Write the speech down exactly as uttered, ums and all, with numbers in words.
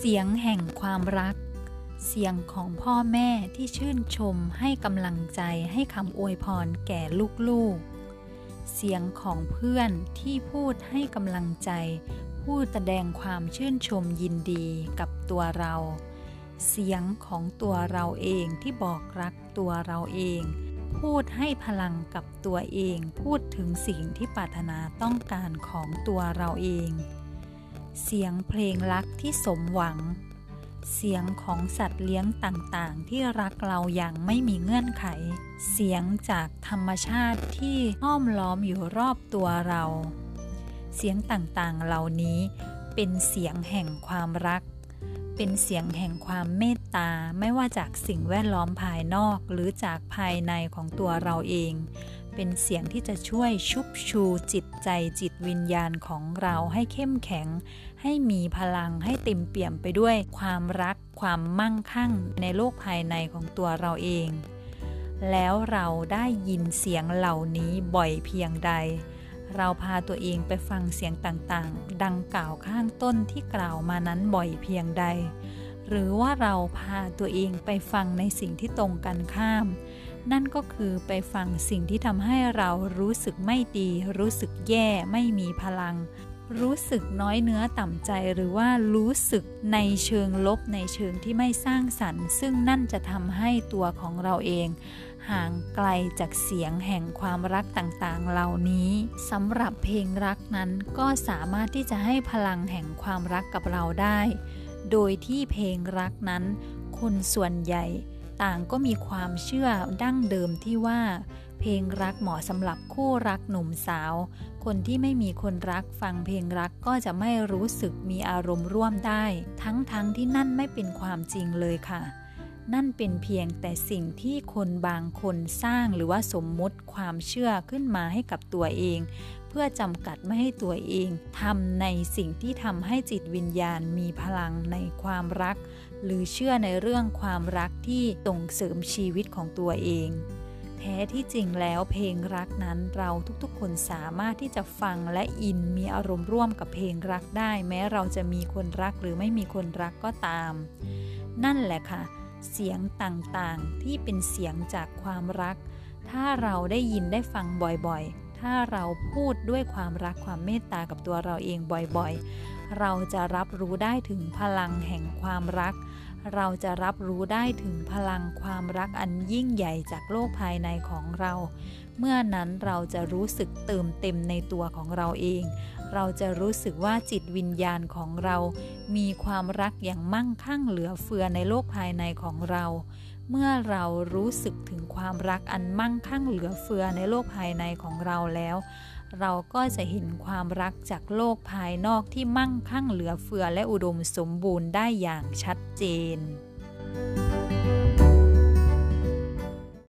สียงแห่งความรักเสียงของพ่อแม่ที่ชื่นชมให้กำลังใจให้คำอวยพรแก่ลูกๆเสียงของเพื่อนที่พูดให้กำลังใจพูดแสดงความชื่นชมยินดีกับตัวเราเสียงของตัวเราเองที่บอกรักตัวเราเองพูดให้พลังกับตัวเองพูดถึงสิ่งที่ปรารถนาต้องการของตัวเราเองเสียงเพลงรักที่สมหวังเสียงของสัตว์เลี้ยงต่างๆที่รักเราอย่างไม่มีเงื่อนไขเสียงจากธรรมชาติที่ห้อมล้อมอยู่รอบตัวเราเสียงต่างๆเหล่านี้เป็นเสียงแห่งความรักเป็นเสียงแห่งความเมตตาไม่ว่าจากสิ่งแวดล้อมภายนอกหรือจากภายในของตัวเราเองเป็นเสียงที่จะช่วยชุบชูจิตใจจิตวิญญาณของเราให้เข้มแข็งให้มีพลังให้เต็มเปี่ยมไปด้วยความรักความมั่งคั่งในโลกภายในของตัวเราเองแล้วเราได้ยินเสียงเหล่านี้บ่อยเพียงใดเราพาตัวเองไปฟังเสียงต่างๆดังกล่าวข้างต้นที่กล่าวมานั้นบ่อยเพียงใดหรือว่าเราพาตัวเองไปฟังในสิ่งที่ตรงกันข้ามนั่นก็คือไปฟังสิ่งที่ทำให้เรารู้สึกไม่ดีรู้สึกแย่ไม่มีพลังรู้สึกน้อยเนื้อต่ำใจหรือว่ารู้สึกในเชิงลบในเชิงที่ไม่สร้างสรรค์ซึ่งนั่นจะทำให้ตัวของเราเองห่างไกลจากเสียงแห่งความรักต่างๆเหล่านี้สำหรับเพลงรักนั้นก็สามารถที่จะให้พลังแห่งความรักกับเราได้โดยที่เพลงรักนั้นคนส่วนใหญ่ต่างก็มีความเชื่อดั้งเดิมที่ว่าเพลงรักเหมาะสำหรับคู่รักหนุ่มสาวคนที่ไม่มีคนรักฟังเพลงรักก็จะไม่รู้สึกมีอารมณ์ร่วมได้ทั้งๆ ท, ที่นั่นไม่เป็นความจริงเลยค่ะนั่นเป็นเพียงแต่สิ่งที่คนบางคนสร้างหรือว่าสมมุติความเชื่อขึ้นมาให้กับตัวเองเพื่อจำกัดไม่ให้ตัวเองทำในสิ่งที่ทำให้จิตวิญญาณมีพลังในความรักหรือเชื่อในเรื่องความรักที่ส่งเสริมชีวิตของตัวเองแท้ที่จริงแล้วเพลงรักนั้นเราทุกๆคนสามารถที่จะฟังและอินมีอารมณ์ร่วมกับเพลงรักได้แม้เราจะมีคนรักหรือไม่มีคนรักก็ตามนั่นแหละค่ะเสียงต่างๆที่เป็นเสียงจากความรักถ้าเราได้ยินได้ฟังบ่อยๆถ้าเราพูดด้วยความรักความเมตตากับตัวเราเองบ่อยๆเราจะรับรู้ได้ถึงพลังแห่งความรักเราจะรับรู้ได้ถึงพลังความรักอันยิ่งใหญ่จากโลกภายในของเราเมื่อนั้นเราจะรู้สึกเติมเต็มในตัวของเราเองเราจะรู้สึกว่าจิตวิญญาณของเรามีความรักอย่างมั่งคั่งเหลือเฟือในโลกภายในของเราเมื่อเรารู้สึกถึงความรักอันมั่งคั่งเหลือเฟือในโลกภายในของเราแล้วเราก็จะเห็นความรักจากโลกภายนอกที่มั่งคั่งเหลือเฟือและอุดมสมบูรณ์ได้อย่างชัดเจน